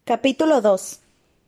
Capítulo 2.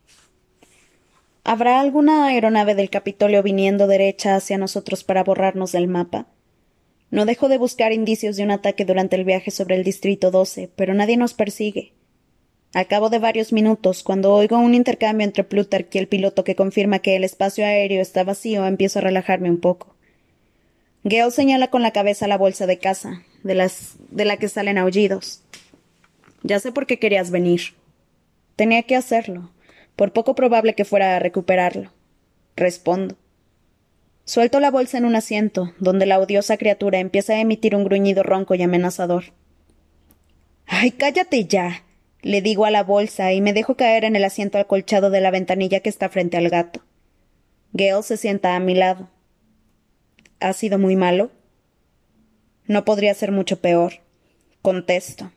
¿Habrá alguna aeronave del Capitolio viniendo derecha hacia nosotros para borrarnos del mapa? No dejo de buscar indicios de un ataque durante el viaje sobre el Distrito 12, pero nadie nos persigue. Al cabo de varios minutos, cuando oigo un intercambio entre Plutarch y el piloto que confirma que el espacio aéreo está vacío, empiezo a relajarme un poco. Gale señala con la cabeza la bolsa de caza, de la que salen aullidos. Ya sé por qué querías venir. Tenía que hacerlo, por poco probable que fuera a recuperarlo. Respondo. Suelto la bolsa en un asiento, donde la odiosa criatura empieza a emitir un gruñido ronco y amenazador. ¡Ay, cállate ya! Le digo a la bolsa y me dejo caer en el asiento acolchado de la ventanilla que está frente al gato. Gale se sienta a mi lado. ¿Ha sido muy malo? No podría ser mucho peor. Contesto.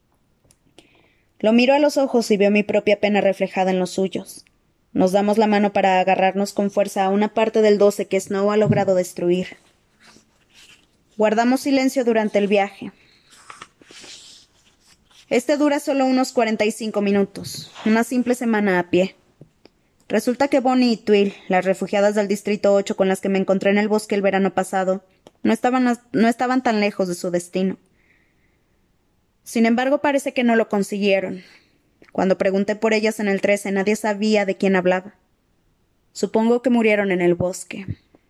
Lo miro a los ojos y veo mi propia pena reflejada en los suyos. Nos damos la mano para agarrarnos con fuerza a una parte del 12 que Snow ha logrado destruir. Guardamos silencio durante el viaje. Este dura solo unos 45 minutos, una simple semana a pie. Resulta que Bonnie y Twill, las refugiadas del Distrito 8 con las que me encontré en el bosque el verano pasado, no estaban tan lejos de su destino. Sin embargo, parece que no lo consiguieron. Cuando pregunté por ellas en el 13, nadie sabía de quién hablaba. Supongo que murieron en el bosque.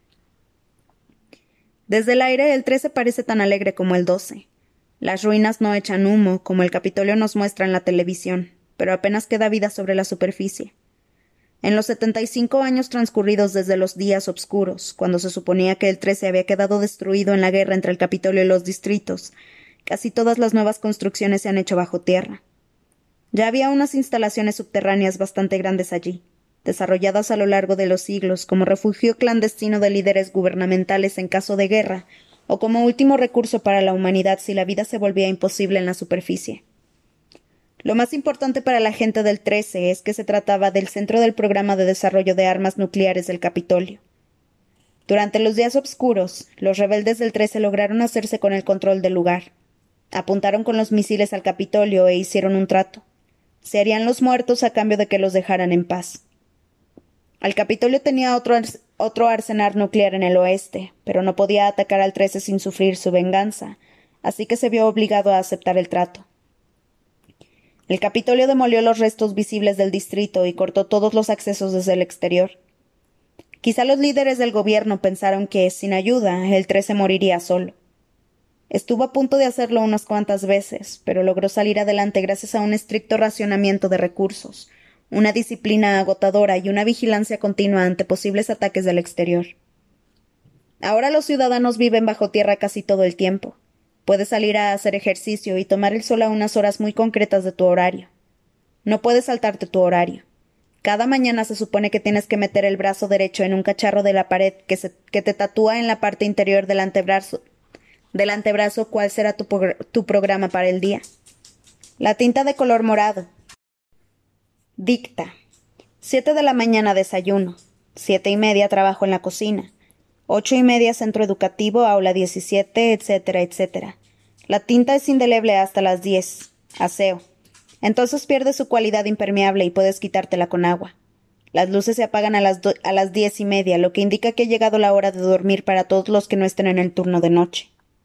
Desde el aire, el 13 parece tan alegre como el 12. Las ruinas no echan humo, como el Capitolio nos muestra en la televisión, pero apenas queda vida sobre la superficie. En los 75 años transcurridos desde los días oscuros, cuando se suponía que el 13 había quedado destruido en la guerra entre el Capitolio y los distritos, casi todas las nuevas construcciones se han hecho bajo tierra. Ya había unas instalaciones subterráneas bastante grandes allí, desarrolladas a lo largo de los siglos como refugio clandestino de líderes gubernamentales en caso de guerra, o como último recurso para la humanidad si la vida se volvía imposible en la superficie. Lo más importante para la gente del 13 es que se trataba del centro del programa de desarrollo de armas nucleares del Capitolio. Durante los días oscuros, los rebeldes del 13 lograron hacerse con el control del lugar. Apuntaron con los misiles al Capitolio e hicieron un trato. Se harían los muertos a cambio de que los dejaran en paz. El Capitolio tenía otro arsenal nuclear en el oeste, pero no podía atacar al 13 sin sufrir su venganza, así que se vio obligado a aceptar el trato. El Capitolio demolió los restos visibles del distrito y cortó todos los accesos desde el exterior. Quizá los líderes del gobierno pensaron que, sin ayuda, el 13 moriría solo. Estuvo a punto de hacerlo unas cuantas veces, pero logró salir adelante gracias a un estricto racionamiento de recursos, una disciplina agotadora y una vigilancia continua ante posibles ataques del exterior. Ahora los ciudadanos viven bajo tierra casi todo el tiempo. Puedes salir a hacer ejercicio y tomar el sol a unas horas muy concretas de tu horario. No puedes saltarte tu horario. Cada mañana se supone que tienes que meter el brazo derecho en un cacharro de la pared que te tatúa en la parte interior del antebrazo cuál será tu programa para el día. La tinta de color morado. Dicta. 7 de la mañana desayuno. 7:30 trabajo en la cocina. 8:30 centro educativo, aula 17, etcétera, etcétera. La tinta es indeleble hasta las 10. Aseo. Entonces pierde su cualidad impermeable y puedes quitártela con agua. Las luces se apagan a las 10:30, lo que indica que ha llegado la hora de dormir para todos los que no estén en el turno de noche.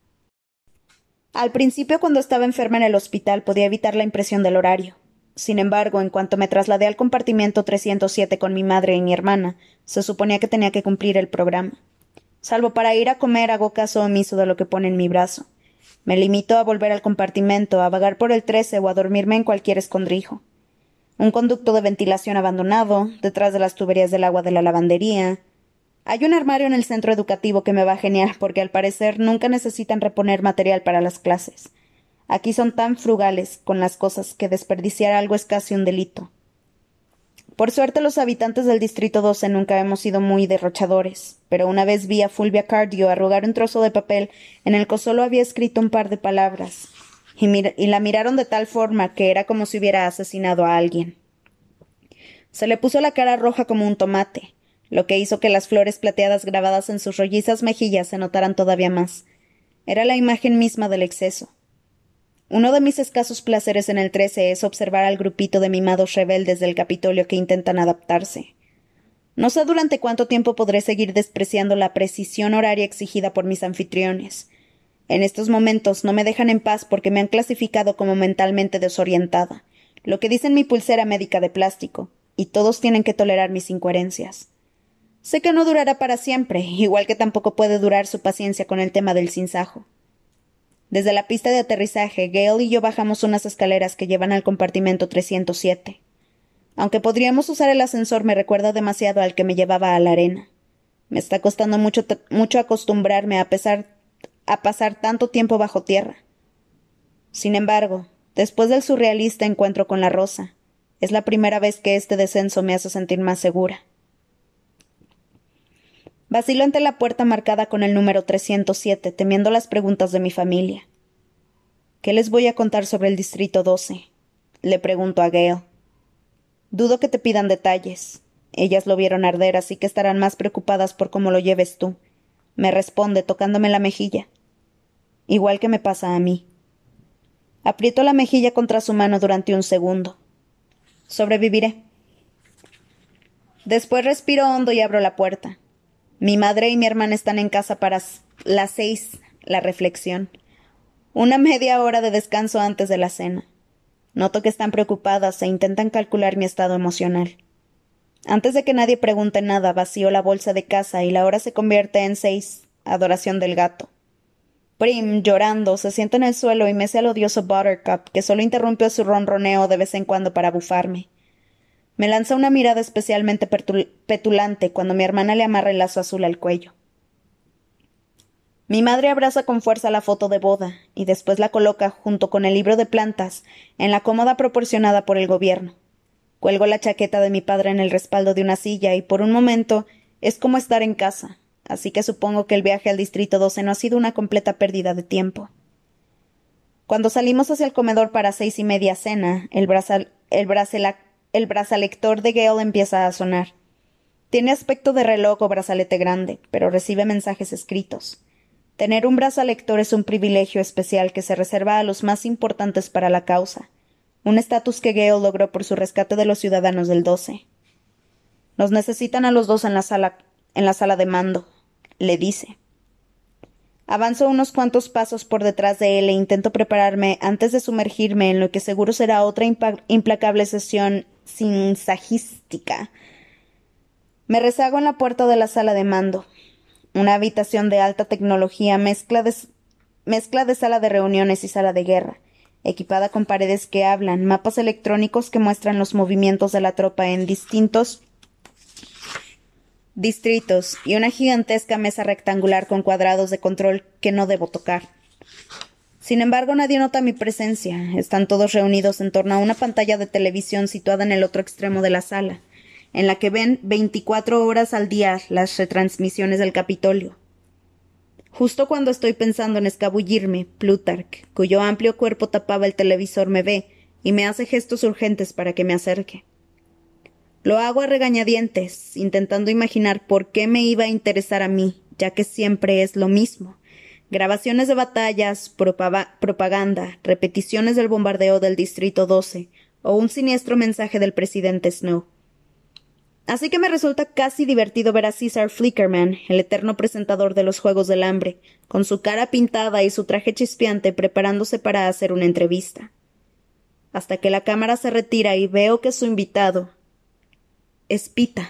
Al principio, cuando estaba enferma en el hospital, podía evitar la impresión del horario. Sin embargo, en cuanto me trasladé al compartimiento 307 con mi madre y mi hermana, se suponía que tenía que cumplir el programa. Salvo para ir a comer, hago caso omiso de lo que pone en mi brazo. Me limito a volver al compartimento, a vagar por el 13 o a dormirme en cualquier escondrijo. Un conducto de ventilación abandonado, detrás de las tuberías del agua de la lavandería. Hay un armario en el centro educativo que me va genial porque al parecer nunca necesitan reponer material para las clases. Aquí son tan frugales con las cosas que desperdiciar algo es casi un delito. Por suerte los habitantes del Distrito 12 nunca hemos sido muy derrochadores, pero una vez vi a Fulvia Cardio arrugar un trozo de papel en el que solo había escrito un par de palabras, y la miraron de tal forma que era como si hubiera asesinado a alguien. Se le puso la cara roja como un tomate, lo que hizo que las flores plateadas grabadas en sus rollizas mejillas se notaran todavía más. Era la imagen misma del exceso. Uno de mis escasos placeres en el 13 es observar al grupito de mimados rebeldes del Capitolio que intentan adaptarse. No sé durante cuánto tiempo podré seguir despreciando la precisión horaria exigida por mis anfitriones. En estos momentos no me dejan en paz porque me han clasificado como mentalmente desorientada, lo que dice en mi pulsera médica de plástico, y todos tienen que tolerar mis incoherencias. Sé que no durará para siempre, igual que tampoco puede durar su paciencia con el tema del sinsajo. Desde la pista de aterrizaje, Gale y yo bajamos unas escaleras que llevan al compartimento 307. Aunque podríamos usar el ascensor, me recuerda demasiado al que me llevaba a la arena. Me está costando mucho acostumbrarme a pasar tanto tiempo bajo tierra. Sin embargo, después del surrealista encuentro con la rosa, es la primera vez que este descenso me hace sentir más segura. Vacilo ante la puerta marcada con el número 307, temiendo las preguntas de mi familia. ¿Qué les voy a contar sobre el Distrito 12? Le pregunto a Gale. Dudo que te pidan detalles. Ellas lo vieron arder, así que estarán más preocupadas por cómo lo lleves tú. Me responde, tocándome la mejilla. Igual que me pasa a mí. Aprieto la mejilla contra su mano durante un segundo. Sobreviviré. Después respiro hondo y abro la puerta. Mi madre y mi hermana están en casa para las 6, la reflexión. Una media hora de descanso antes de la cena. Noto que están preocupadas e intentan calcular mi estado emocional. Antes de que nadie pregunte nada, vacío la bolsa de casa y la hora se convierte en 6, adoración del gato. Prim, llorando, se sienta en el suelo y mece al odioso Buttercup, que solo interrumpe su ronroneo de vez en cuando para bufarme. Me lanza una mirada especialmente petulante cuando mi hermana le amarra el lazo azul al cuello. Mi madre abraza con fuerza la foto de boda y después la coloca, junto con el libro de plantas, en la cómoda proporcionada por el gobierno. Cuelgo la chaqueta de mi padre en el respaldo de una silla y por un momento es como estar en casa, así que supongo que el viaje al Distrito 12 no ha sido una completa pérdida de tiempo. Cuando salimos hacia el comedor para 6:30 cena, el brazalector de Gale empieza a sonar. Tiene aspecto de reloj o brazalete grande, pero recibe mensajes escritos. Tener un brazalector es un privilegio especial que se reserva a los más importantes para la causa, un estatus que Gale logró por su rescate de los ciudadanos del 12. Nos necesitan a los dos en la sala de mando, le dice. Avanzo unos cuantos pasos por detrás de él e intento prepararme antes de sumergirme en lo que seguro será otra implacable sesión sinsajística. Me rezago en la puerta de la sala de mando, una habitación de alta tecnología, mezcla de sala de reuniones y sala de guerra, equipada con paredes que hablan, mapas electrónicos que muestran los movimientos de la tropa en distintos distritos y una gigantesca mesa rectangular con cuadrados de control que no debo tocar. Sin embargo, nadie nota mi presencia. Están todos reunidos en torno a una pantalla de televisión situada en el otro extremo de la sala, en la que ven 24 horas al día las retransmisiones del Capitolio. Justo cuando estoy pensando en escabullirme, Plutarch, cuyo amplio cuerpo tapaba el televisor, me ve y me hace gestos urgentes para que me acerque. Lo hago a regañadientes, intentando imaginar por qué me iba a interesar a mí, ya que siempre es lo mismo. Grabaciones de batallas, propaganda, repeticiones del bombardeo del Distrito 12 o un siniestro mensaje del presidente Snow. Así que me resulta casi divertido ver a César Flickerman, el eterno presentador de los Juegos del Hambre, con su cara pintada y su traje chispeante preparándose para hacer una entrevista. Hasta que la cámara se retira y veo que su invitado es Pita.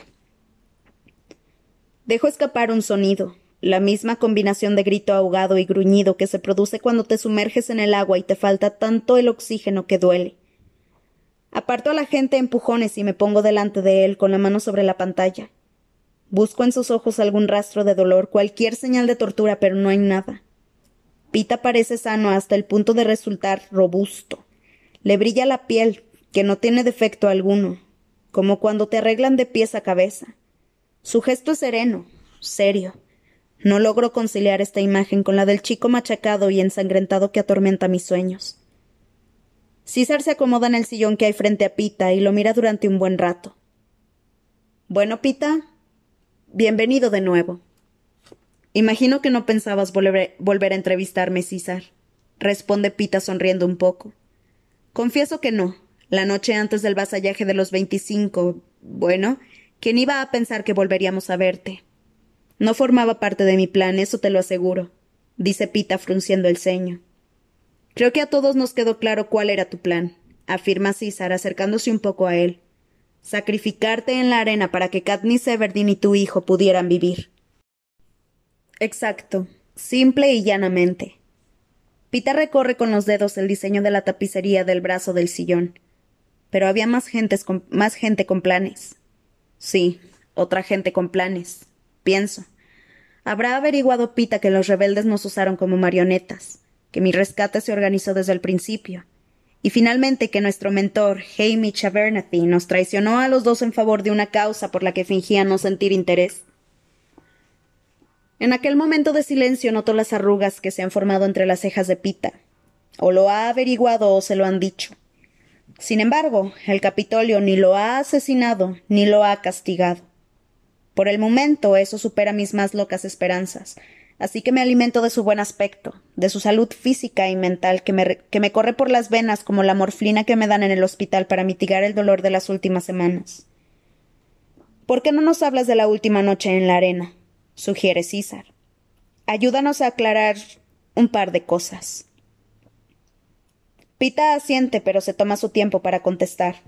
Dejo escapar un sonido, la misma combinación de grito ahogado y gruñido que se produce cuando te sumerges en el agua y te falta tanto el oxígeno que duele. Aparto a la gente a empujones y me pongo delante de él con la mano sobre la pantalla. Busco en sus ojos algún rastro de dolor, cualquier señal de tortura, pero no hay nada. Pita parece sano hasta el punto de resultar robusto. Le brilla la piel, que no tiene defecto alguno, como cuando te arreglan de pies a cabeza. Su gesto es sereno, serio. No logro conciliar esta imagen con la del chico machacado y ensangrentado que atormenta mis sueños. César se acomoda en el sillón que hay frente a Pita y lo mira durante un buen rato. Bueno, Pita, bienvenido de nuevo. Imagino que no pensabas volver a entrevistarme, César. responde Pita sonriendo un poco. Confieso que no. La noche antes del vasallaje de los 25, bueno, ¿quién iba a pensar que volveríamos a verte? No formaba parte de mi plan, eso te lo aseguro, dice Pita frunciendo el ceño. Creo que a todos nos quedó claro cuál era tu plan, afirma César acercándose un poco a él. Sacrificarte en la arena para que Katniss Everdeen y tu hijo pudieran vivir. Exacto, simple y llanamente. Pita recorre con los dedos el diseño de la tapicería del brazo del sillón. Pero había más gente con planes. Sí, otra gente con planes. Pienso. Habrá averiguado Pita que los rebeldes nos usaron como marionetas, que mi rescate se organizó desde el principio, y finalmente que nuestro mentor, Haymitch Abernathy, nos traicionó a los dos en favor de una causa por la que fingía no sentir interés. En aquel momento de silencio notó las arrugas que se han formado entre las cejas de Pita. O lo ha averiguado o se lo han dicho. Sin embargo, el Capitolio ni lo ha asesinado ni lo ha castigado. Por el momento eso supera mis más locas esperanzas, así que me alimento de su buen aspecto, de su salud física y mental que me corre por las venas como la morfina que me dan en el hospital para mitigar el dolor de las últimas semanas. ¿Por qué no nos hablas de la última noche en la arena?, sugiere César. Ayúdanos a aclarar un par de cosas. Pita asiente, pero se toma su tiempo para contestar.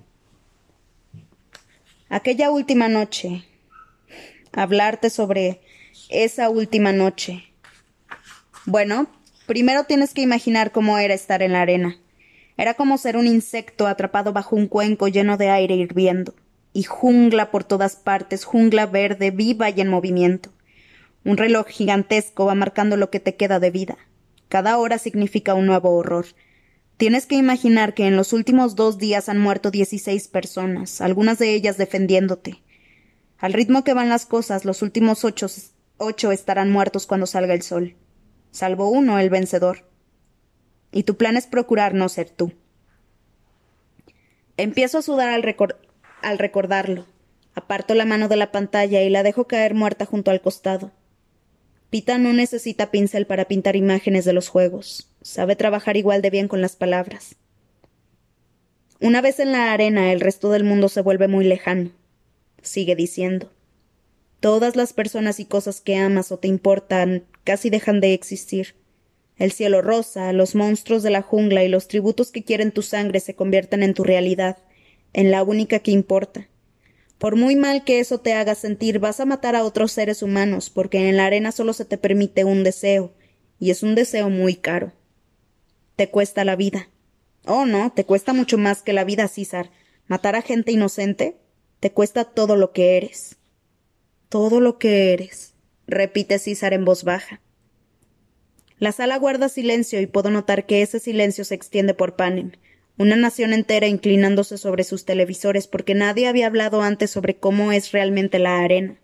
Aquella última noche. Hablarte sobre esa última noche. Bueno, primero tienes que imaginar cómo era estar en la arena. Era como ser un insecto atrapado bajo un cuenco lleno de aire hirviendo. Y jungla por todas partes, jungla verde, viva y en movimiento. Un reloj gigantesco va marcando lo que te queda de vida. Cada hora significa un nuevo horror. Tienes que imaginar que en los últimos 2 días han muerto 16 personas, algunas de ellas defendiéndote. Al ritmo que van las cosas, los últimos 8 estarán muertos cuando salga el sol. Salvo uno, el vencedor. Y tu plan es procurar no ser tú. Empiezo a sudar al recordarlo. Aparto la mano de la pantalla y la dejo caer muerta junto al costado. Pita no necesita pincel para pintar imágenes de los juegos. Sabe trabajar igual de bien con las palabras. Una vez en la arena, el resto del mundo se vuelve muy lejano. Sigue diciendo. Todas las personas y cosas que amas o te importan casi dejan de existir. El cielo rosa, los monstruos de la jungla y los tributos que quieren tu sangre se convierten en tu realidad, en la única que importa. Por muy mal que eso te haga sentir, vas a matar a otros seres humanos, porque en la arena solo se te permite un deseo, y es un deseo muy caro. Te cuesta la vida. Oh, no, te cuesta mucho más que la vida, César. ¿Matar a gente inocente? Te cuesta todo lo que eres. Todo lo que eres, repite César en voz baja. La sala guarda silencio y puedo notar que ese silencio se extiende por Panem, una nación entera inclinándose sobre sus televisores porque nadie había hablado antes sobre cómo es realmente la arena.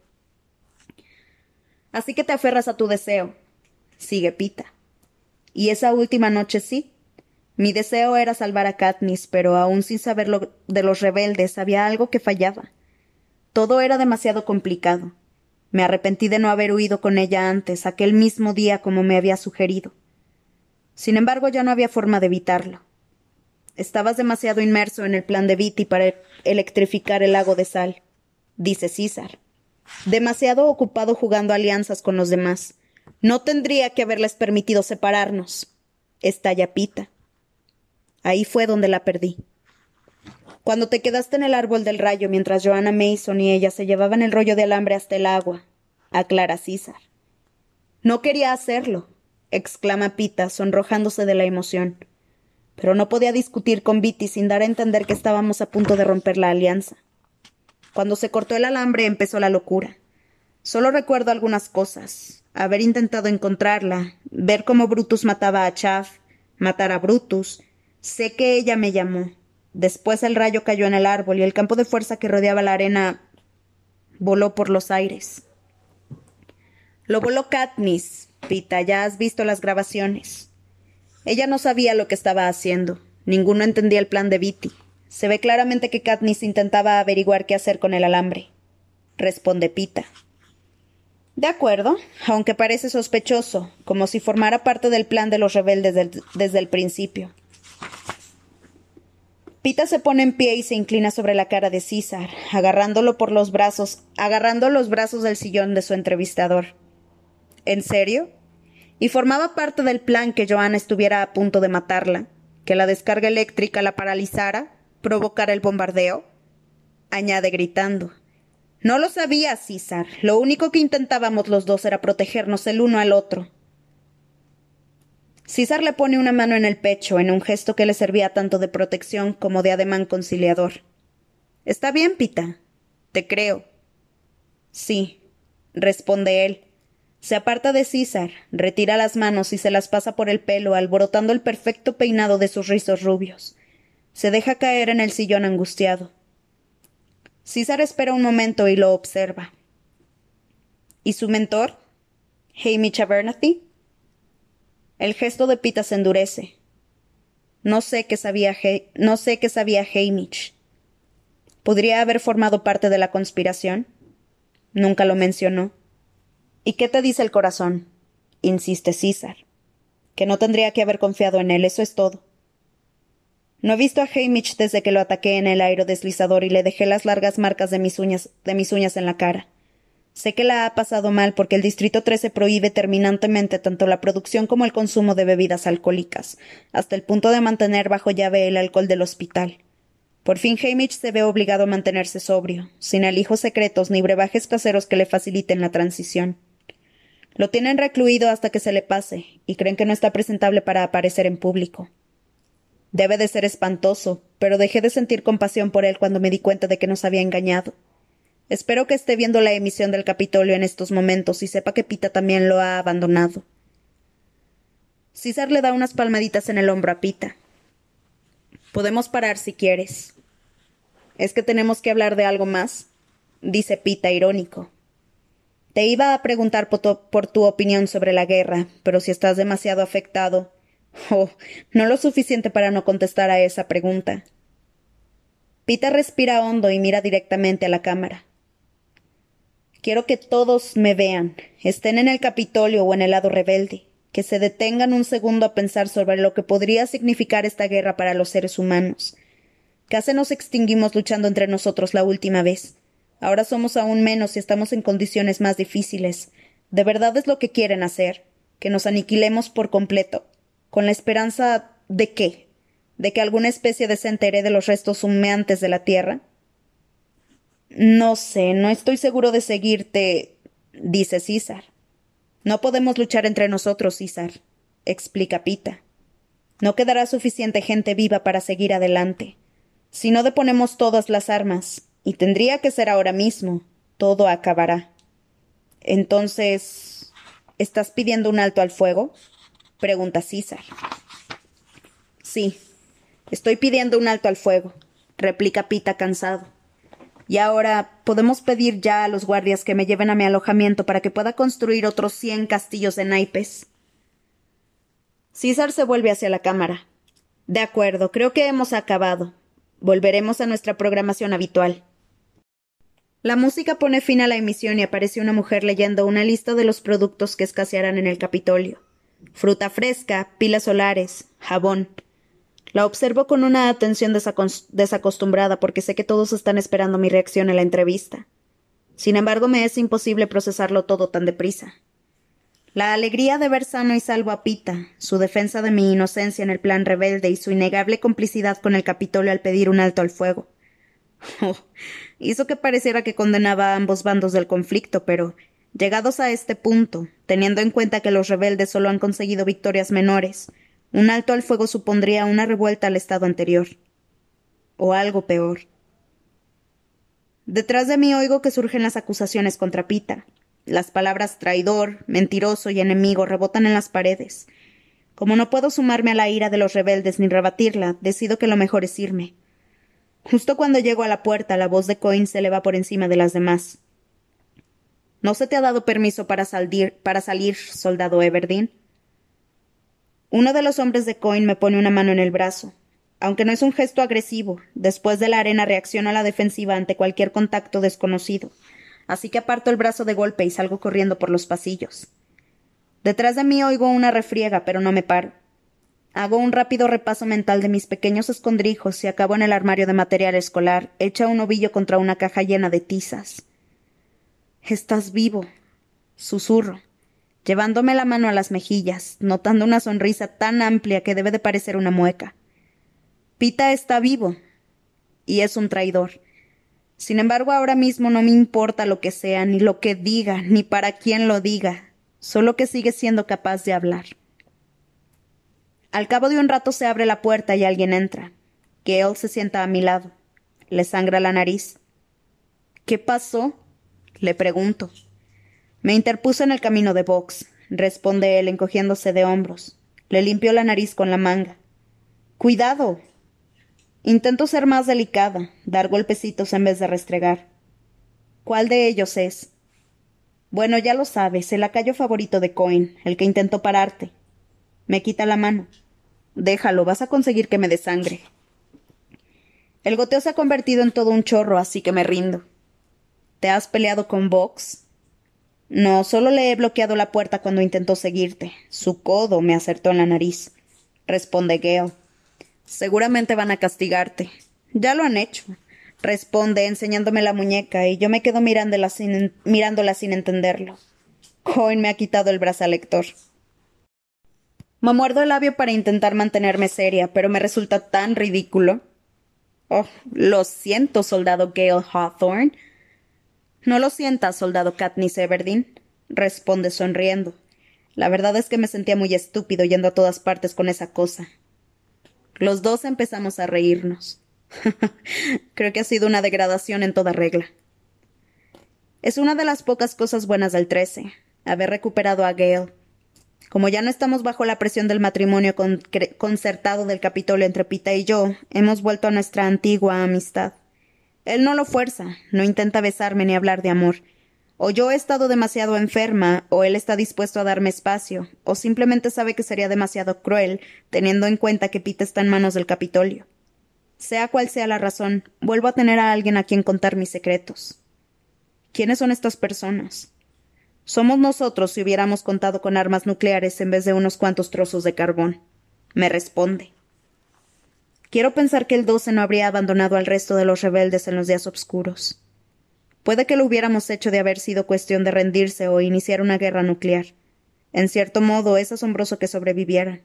Así que te aferras a tu deseo, sigue Pita. Y esa última noche sí. Mi deseo era salvar a Katniss, pero aún sin saber de los rebeldes había algo que fallaba. Todo era demasiado complicado. Me arrepentí de no haber huido con ella antes, aquel mismo día como me había sugerido. Sin embargo, ya no había forma de evitarlo. Estabas demasiado inmerso en el plan de Beatty para electrificar el lago de sal, dice César. Demasiado ocupado jugando alianzas con los demás. No tendría que haberles permitido separarnos. Estalla Pita. Ahí fue donde la perdí. Cuando te quedaste en el árbol del rayo mientras Joanna Mason y ella se llevaban el rollo de alambre hasta el agua, aclara César. No quería hacerlo, exclama Pita, sonrojándose de la emoción. Pero no podía discutir con Beatty sin dar a entender que estábamos a punto de romper la alianza. Cuando se cortó el alambre empezó la locura. Solo recuerdo algunas cosas. Haber intentado encontrarla, ver cómo Brutus mataba a Chaff, matar a Brutus. Sé que ella me llamó. Después el rayo cayó en el árbol y el campo de fuerza que rodeaba la arena voló por los aires. Lo voló Katniss, Pita, ya has visto las grabaciones. Ella no sabía lo que estaba haciendo. Ninguno entendía el plan de Beatty. Se ve claramente que Katniss intentaba averiguar qué hacer con el alambre. Responde Pita. De acuerdo, aunque parece sospechoso, como si formara parte del plan de los rebeldes desde el principio. Pita se pone en pie y se inclina sobre la cara de César, agarrando los brazos del sillón de su entrevistador. ¿En serio? ¿Y formaba parte del plan que Joanna estuviera a punto de matarla? ¿Que la descarga eléctrica la paralizara? ¿Provocara el bombardeo? Añade gritando. No lo sabía, César. Lo único que intentábamos los dos era protegernos el uno al otro. César le pone una mano en el pecho, en un gesto que le servía tanto de protección como de ademán conciliador. Está bien, Pita. Te creo. Sí, responde él. Se aparta de César, retira las manos y se las pasa por el pelo, alborotando el perfecto peinado de sus rizos rubios. Se deja caer en el sillón angustiado. César espera un momento y lo observa. ¿Y su mentor? ¿Hamish Abernathy? El gesto de Pita se endurece. No sé qué sabía Hamish. ¿Podría haber formado parte de la conspiración? Nunca lo mencionó. ¿Y qué te dice el corazón? Insiste César. Que no tendría que haber confiado en él, eso es todo. No he visto a Hamish desde que lo ataqué en el aerodeslizador y le dejé las largas marcas de mis uñas en la cara. Sé que la ha pasado mal porque el Distrito 13 prohíbe terminantemente tanto la producción como el consumo de bebidas alcohólicas, hasta el punto de mantener bajo llave el alcohol del hospital. Por fin Hamish se ve obligado a mantenerse sobrio, sin alijos secretos ni brebajes caseros que le faciliten la transición. Lo tienen recluido hasta que se le pase, y creen que no está presentable para aparecer en público. Debe de ser espantoso, pero dejé de sentir compasión por él cuando me di cuenta de que nos había engañado. Espero que esté viendo la emisión del Capitolio en estos momentos y sepa que Pita también lo ha abandonado. César le da unas palmaditas en el hombro a Pita. Podemos parar si quieres. ¿Es que tenemos que hablar de algo más? Dice Pita irónico. Te iba a preguntar por tu opinión sobre la guerra, pero si estás demasiado afectado... Oh, no lo suficiente para no contestar a esa pregunta. Pita respira hondo y mira directamente a la cámara. Quiero que todos me vean, estén en el Capitolio o en el lado rebelde, que se detengan un segundo a pensar sobre lo que podría significar esta guerra para los seres humanos. Casi nos extinguimos luchando entre nosotros la última vez. Ahora somos aún menos y estamos en condiciones más difíciles. ¿De verdad es lo que quieren hacer? ¿Que nos aniquilemos por completo? ¿Con la esperanza de qué? ¿De que alguna especie decente herede los restos humeantes de la Tierra? No sé, no estoy seguro de seguirte, dice César. No podemos luchar entre nosotros, César, explica Pita. No quedará suficiente gente viva para seguir adelante. Si no deponemos todas las armas, y tendría que ser ahora mismo, todo acabará. Entonces, ¿estás pidiendo un alto al fuego? Pregunta César. Sí, estoy pidiendo un alto al fuego, replica Pita cansado. Y ahora, ¿podemos pedir ya a los guardias que me lleven a mi alojamiento para que pueda construir otros 100 castillos de naipes? César se vuelve hacia la cámara. De acuerdo, creo que hemos acabado. Volveremos a nuestra programación habitual. La música pone fin a la emisión y aparece una mujer leyendo una lista de los productos que escasearán en el Capitolio. Fruta fresca, pilas solares, jabón. La observo con una atención desacostumbrada porque sé que todos están esperando mi reacción a la entrevista. Sin embargo, me es imposible procesarlo todo tan deprisa. La alegría de ver sano y salvo a Pita, su defensa de mi inocencia en el plan rebelde y su innegable complicidad con el Capitolio al pedir un alto al fuego. Oh, hizo que pareciera que condenaba a ambos bandos del conflicto, pero, llegados a este punto, teniendo en cuenta que los rebeldes solo han conseguido victorias menores, un alto al fuego supondría una revuelta al estado anterior. O algo peor. Detrás de mí oigo que surgen las acusaciones contra Pita. Las palabras traidor, mentiroso y enemigo rebotan en las paredes. Como no puedo sumarme a la ira de los rebeldes ni rebatirla, decido que lo mejor es irme. Justo cuando llego a la puerta, la voz de Coin se eleva por encima de las demás. ¿No se te ha dado permiso para salir, soldado Everdeen? Uno de los hombres de Coin me pone una mano en el brazo. Aunque no es un gesto agresivo, después de la arena reacciono a la defensiva ante cualquier contacto desconocido. así que aparto el brazo de golpe y salgo corriendo por los pasillos. Detrás de mí oigo una refriega, pero no me paro. Hago un rápido repaso mental de mis pequeños escondrijos y acabo en el armario de material escolar, hecha un ovillo contra una caja llena de tizas. «Estás vivo», susurro, llevándome la mano a las mejillas, notando una sonrisa tan amplia que debe de parecer una mueca. Pita está vivo. Y es un traidor. Sin embargo, ahora mismo no me importa lo que sea, ni lo que diga, ni para quién lo diga, solo que sigue siendo capaz de hablar. Al cabo de un rato se abre la puerta y alguien entra. Gale se sienta a mi lado. Le sangra la nariz. «¿Qué pasó?», le pregunto. «Me interpuse en el camino de Vox», responde él encogiéndose de hombros. Le limpió la nariz con la manga. «¡Cuidado!». Intento ser más delicada, dar golpecitos en vez de restregar. «¿Cuál de ellos es?». «Bueno, ya lo sabes, el lacayo favorito de Coin, el que intentó pararte». Me quita la mano. «Déjalo, vas a conseguir que me desangre». El goteo se ha convertido en todo un chorro, así que me rindo. «¿Te has peleado con Vox?». «No, solo le he bloqueado la puerta cuando intentó seguirte. Su codo me acertó en la nariz», responde Gale. «Seguramente van a castigarte». «Ya lo han hecho», responde enseñándome la muñeca, y yo me quedo mirándola sin entenderlo. Coin me ha quitado el brazalete. Me muerdo el labio para intentar mantenerme seria, pero me resulta tan ridículo. «Oh, lo siento, soldado Gale Hawthorne». «No lo sientas, soldado Katniss Everdeen», responde sonriendo. La verdad es que me sentía muy estúpido yendo a todas partes con esa cosa. Los dos empezamos a reírnos. Creo que ha sido una degradación en toda regla. Es una de las pocas cosas buenas del 13, haber recuperado a Gale. Como ya no estamos bajo la presión del matrimonio concertado del Capitolio entre Pita y yo, hemos vuelto a nuestra antigua amistad. Él no lo fuerza, no intenta besarme ni hablar de amor. O yo he estado demasiado enferma, o él está dispuesto a darme espacio, o simplemente sabe que sería demasiado cruel, teniendo en cuenta que Pita está en manos del Capitolio. Sea cual sea la razón, vuelvo a tener a alguien a quien contar mis secretos. ¿Quiénes son estas personas? Somos nosotros si hubiéramos contado con armas nucleares en vez de unos cuantos trozos de carbón. Me responde. Quiero pensar que el 12 no habría abandonado al resto de los rebeldes en los días oscuros. Puede que lo hubiéramos hecho de haber sido cuestión de rendirse o iniciar una guerra nuclear. En cierto modo, es asombroso que sobrevivieran.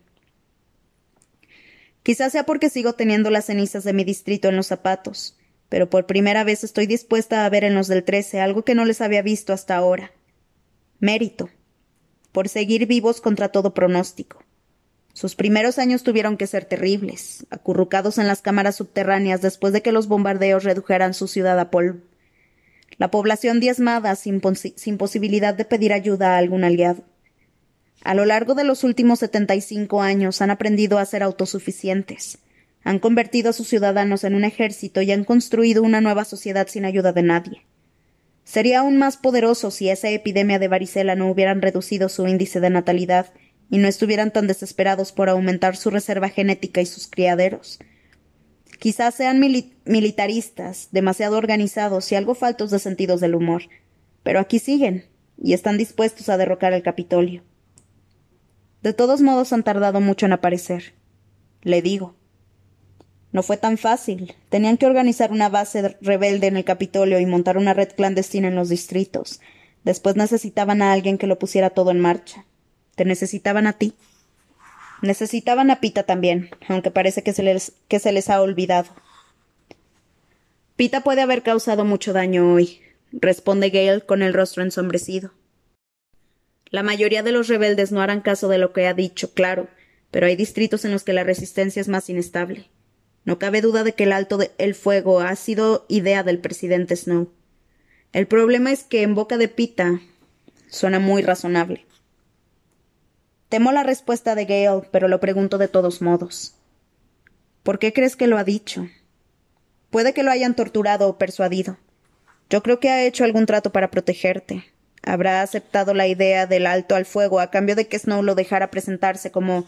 Quizás sea porque sigo teniendo las cenizas de mi distrito en los zapatos, pero por primera vez estoy dispuesta a ver en los del 13 algo que no les había visto hasta ahora. Mérito. Por seguir vivos contra todo pronóstico. Sus primeros años tuvieron que ser terribles, acurrucados en las cámaras subterráneas después de que los bombardeos redujeran su ciudad a polvo. La población diezmada sin posibilidad de pedir ayuda a algún aliado. A lo largo de los últimos 75 años han aprendido a ser autosuficientes. Han convertido a sus ciudadanos en un ejército y han construido una nueva sociedad sin ayuda de nadie. Sería aún más poderoso si esa epidemia de varicela no hubieran reducido su índice de natalidad y no estuvieran tan desesperados por aumentar su reserva genética y sus criaderos. Quizás sean militaristas, demasiado organizados y algo faltos de sentidos del humor, pero aquí siguen, y están dispuestos a derrocar el Capitolio. De todos modos han tardado mucho en aparecer. Le digo. No fue tan fácil. Tenían que organizar una base rebelde en el Capitolio y montar una red clandestina en los distritos. Después necesitaban a alguien que lo pusiera todo en marcha. Te necesitaban a ti. Necesitaban a Pita también, aunque parece que se les ha olvidado. Pita puede haber causado mucho daño hoy, responde Gale con el rostro ensombrecido. La mayoría de los rebeldes no harán caso de lo que ha dicho, claro, pero hay distritos en los que la resistencia es más inestable. No cabe duda de que el alto el fuego ha sido idea del presidente Snow. El problema es que en boca de Pita suena muy razonable. Temo la respuesta de Gale, pero lo pregunto de todos modos. ¿Por qué crees que lo ha dicho? Puede que lo hayan torturado o persuadido. Yo creo que ha hecho algún trato para protegerte. Habrá aceptado la idea del alto al fuego a cambio de que Snow lo dejara presentarte como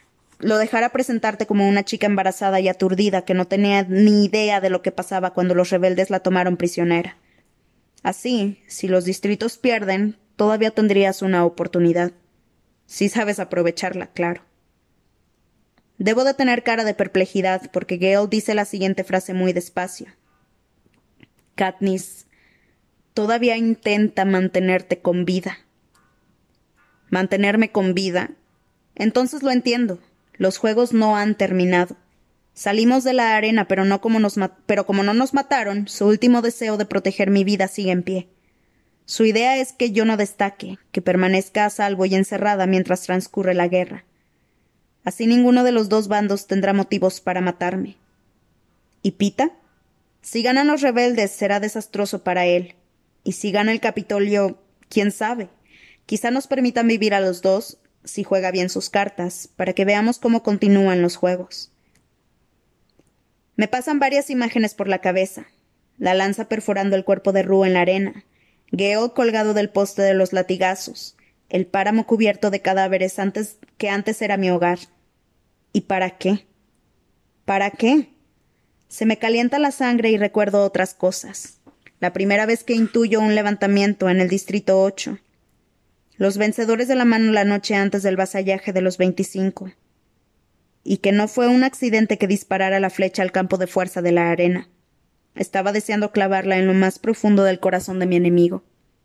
una chica embarazada y aturdida que no tenía ni idea de lo que pasaba cuando los rebeldes la tomaron prisionera. Así, si los distritos pierden, todavía tendrías una oportunidad. Si sabes aprovecharla, claro. Debo de tener cara de perplejidad porque Gale dice la siguiente frase muy despacio. Katniss todavía intenta mantenerte con vida. ¿Mantenerme con vida? Entonces lo entiendo. Los juegos no han terminado. Salimos de la arena, pero como no nos mataron, su último deseo de proteger mi vida sigue en pie. Su idea es que yo no destaque, que permanezca a salvo y encerrada mientras transcurre la guerra. Así ninguno de los dos bandos tendrá motivos para matarme. ¿Y Pita? Si ganan los rebeldes, será desastroso para él. Y si gana el Capitolio, quién sabe. Quizá nos permitan vivir a los dos, si juega bien sus cartas, para que veamos cómo continúan los juegos. Me pasan varias imágenes por la cabeza. La lanza perforando el cuerpo de Rue en la arena, Gale colgado del poste de los latigazos, el páramo cubierto de cadáveres que antes era mi hogar. ¿Y para qué? ¿Para qué? Se me calienta la sangre y recuerdo otras cosas. La primera vez que intuyo un levantamiento en el Distrito 8. Los vencedores de la mano la noche antes del vasallaje de los 25. Y que no fue un accidente que disparara la flecha al campo de fuerza de la arena. Estaba deseando clavarla en lo más profundo del corazón de mi enemigo.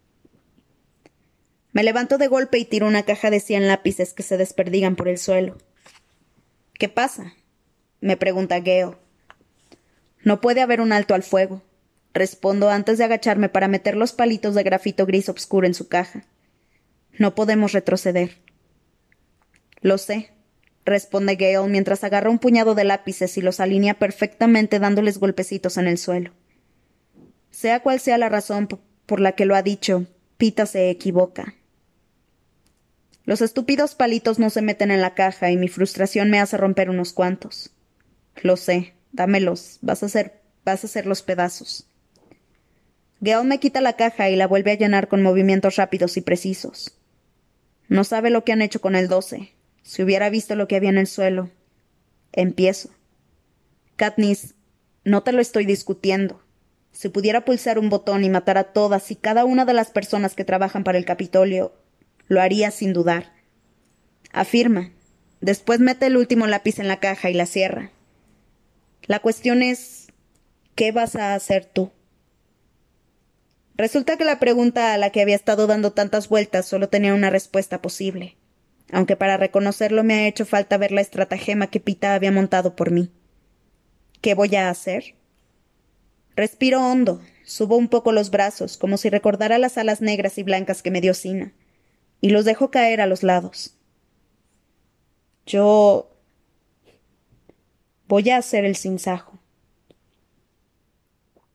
Me levanto de golpe y tiro una caja de 100 lápices que se desperdigan por el suelo. ¿Qué pasa? Me pregunta Gale. No puede haber un alto al fuego. Respondo antes de agacharme para meter los palitos de grafito gris oscuro en su caja. No podemos retroceder. Lo sé, responde Gale mientras agarra un puñado de lápices y los alinea perfectamente dándoles golpecitos en el suelo. Sea cual sea la razón por la que lo ha dicho, Pita se equivoca. Los estúpidos palitos no se meten en la caja y mi frustración me hace romper unos cuantos. Lo sé, dámelos, vas a hacer los pedazos. Gale me quita la caja y la vuelve a llenar con movimientos rápidos y precisos. No sabe lo que han hecho con el 12. Si hubiera visto lo que había en el suelo. Empiezo. Katniss, no te lo estoy discutiendo. Si pudiera pulsar un botón y matar a todas y cada una de las personas que trabajan para el Capitolio, lo haría sin dudar. Afirma. Después mete el último lápiz en la caja y la cierra. La cuestión es, ¿qué vas a hacer tú? Resulta que la pregunta a la que había estado dando tantas vueltas solo tenía una respuesta posible, aunque para reconocerlo me ha hecho falta ver la estratagema que Pita había montado por mí. ¿Qué voy a hacer? Respiro hondo, subo un poco los brazos, como si recordara las alas negras y blancas que me dio Sina, y los dejo caer a los lados. Yo voy a hacer el sinsajo.